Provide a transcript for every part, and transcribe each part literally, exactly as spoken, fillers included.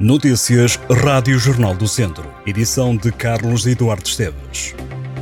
Notícias Rádio Jornal do Centro. Edição de Carlos Eduardo Esteves.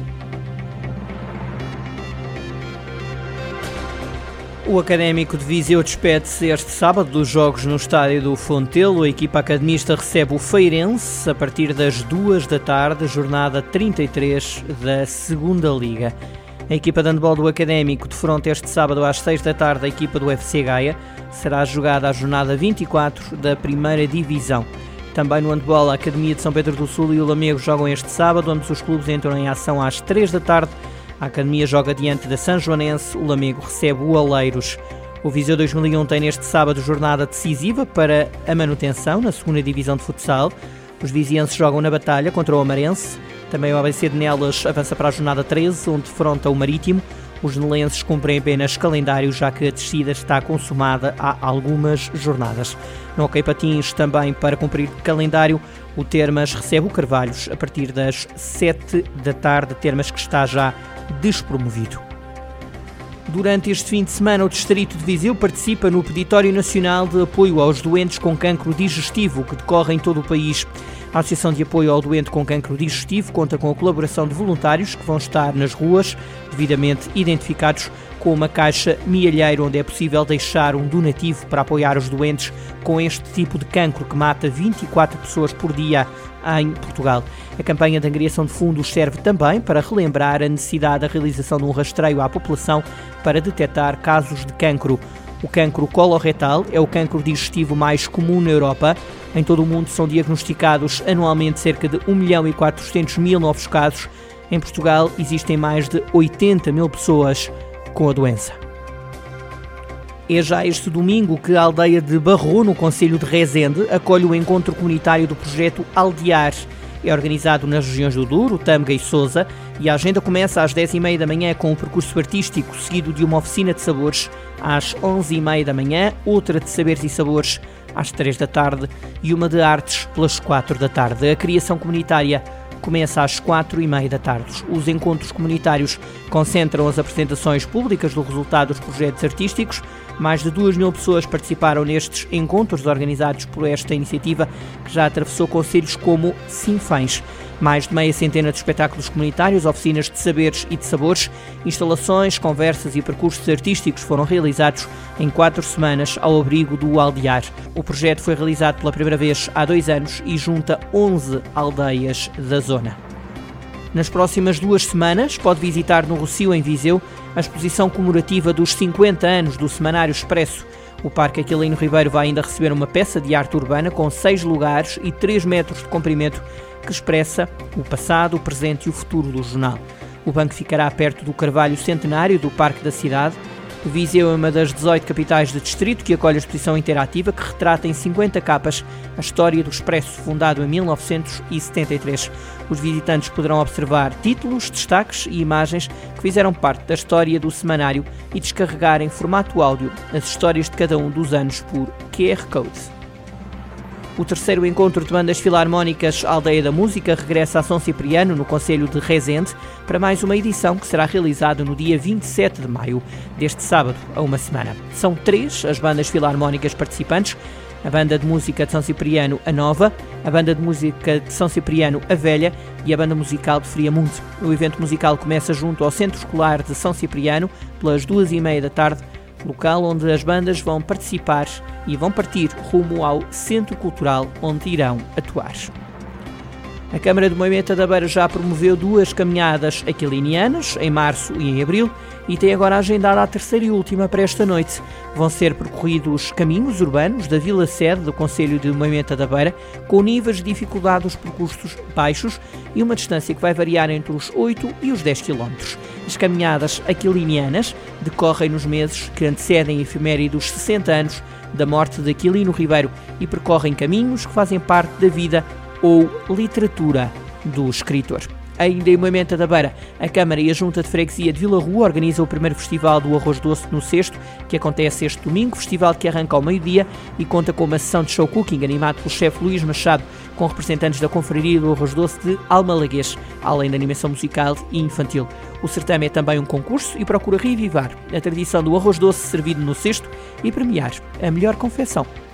O Académico de Viseu despede-se este sábado dos jogos no estádio do Fontelo. A equipa academista recebe o Feirense a partir das duas da tarde, jornada trinta e três da segunda Liga. A equipa de handball do Académico defronta este sábado às seis da tarde a equipa do F C Gaia. Será jogada a jornada vinte e quatro da primeira Divisão. Também no handball, a Academia de São Pedro do Sul e o Lamego jogam este sábado. Ambos os clubes entram em ação às três da tarde. A Academia joga diante da São Joanense, o Lamego recebe o Oleiros. O Viseu dois mil e um tem neste sábado jornada decisiva para a manutenção na segunda Divisão de futsal. Os vizienses jogam na batalha contra o Amarense. Também o A B C de Nelas avança para a jornada treze, onde defronta o Marítimo. Os nelenses cumprem apenas calendário, já que a descida está consumada há algumas jornadas. No Hockey Patins, também para cumprir calendário, o Termas recebe o Carvalhos a partir das sete da tarde, Termas que está já despromovido. Durante este fim de semana, o Distrito de Viseu participa no Peditório Nacional de Apoio aos Doentes com Cancro Digestivo, que decorre em todo o país. A Associação de Apoio ao Doente com Cancro Digestivo conta com a colaboração de voluntários que vão estar nas ruas, devidamente identificados, com uma caixa mielheiro onde é possível deixar um donativo para apoiar os doentes com este tipo de cancro que mata vinte e quatro pessoas por dia em Portugal. A campanha de angariação de fundos serve também para relembrar a necessidade da realização de um rastreio à população para detectar casos de cancro. O cancro coloretal é o cancro digestivo mais comum na Europa. Em todo o mundo são diagnosticados anualmente cerca de um milhão e quatrocentos mil novos casos. Em Portugal existem mais de oitenta mil pessoas com a doença. É já este domingo que a aldeia de Barro, no concelho de Rezende, acolhe o encontro comunitário do projeto Aldear. É organizado nas regiões do Douro, Tâmega e Sousa, e a agenda começa às dez e meia da manhã com o percurso artístico, seguido de uma oficina de sabores às onze e meia da manhã, outra de saberes e sabores às três da tarde e uma de artes pelas quatro da tarde. A criação comunitária começa às quatro e meia da tarde. Os encontros comunitários concentram as apresentações públicas do resultado dos projetos artísticos. Mais de duas mil pessoas participaram nestes encontros organizados por esta iniciativa, que já atravessou concelhos como Sinfãs. Mais de meia centena de espetáculos comunitários, oficinas de saberes e de sabores, instalações, conversas e percursos artísticos foram realizados em quatro semanas ao abrigo do Aldear. O projeto foi realizado pela primeira vez há dois anos e junta onze aldeias da zona. Nas próximas duas semanas, pode visitar no Rossio, em Viseu, a exposição comemorativa dos cinquenta anos do Semanário Expresso. O Parque Aquilino Ribeiro vai ainda receber uma peça de arte urbana com seis lugares e três metros de comprimento que expressa o passado, o presente e o futuro do jornal. O banco ficará perto do Carvalho Centenário do Parque da Cidade. Viseu é uma das dezoito capitais de distrito que acolhe a exposição interativa que retrata em cinquenta capas a história do Expresso, fundado em mil novecentos e setenta e três. Os visitantes poderão observar títulos, destaques e imagens que fizeram parte da história do semanário e descarregar em formato áudio as histórias de cada um dos anos por Q R Code. O terceiro encontro de bandas filarmónicas Aldeia da Música regressa a São Cipriano, no concelho de Rezende, para mais uma edição que será realizada no dia vinte e sete de maio, deste sábado a uma semana. São três as bandas filarmónicas participantes: a Banda de Música de São Cipriano, a Nova, a Banda de Música de São Cipriano, a Velha, e a Banda Musical de Friamundo. O evento musical começa junto ao Centro Escolar de São Cipriano, pelas duas e meia da tarde, local onde as bandas vão participar e vão partir rumo ao Centro Cultural, onde irão atuar. A Câmara de Moimenta da Beira já promoveu duas caminhadas aquilinianas, em março e em abril, e tem agora agendada a terceira e última para esta noite. Vão ser percorridos caminhos urbanos da Vila Sede do concelho de Moimenta da Beira, com níveis de dificuldade dos percursos baixos e uma distância que vai variar entre os oito e os dez quilómetros. As caminhadas aquilinianas decorrem nos meses que antecedem a efeméride dos sessenta anos da morte de Aquilino Ribeiro e percorrem caminhos que fazem parte da vida ou literatura do escritor. Ainda em Moimenta da Beira, a Câmara e a Junta de Freguesia de Vila Rua organizam o primeiro Festival do Arroz Doce no Cesto, que acontece este domingo, festival que arranca ao meio-dia e conta com uma sessão de show cooking animado pelo chefe Luís Machado, com representantes da Confraria do Arroz Doce de Almalaguês, além da animação musical e infantil. O certame é também um concurso e procura reavivar a tradição do arroz doce servido no cesto e premiar a melhor confecção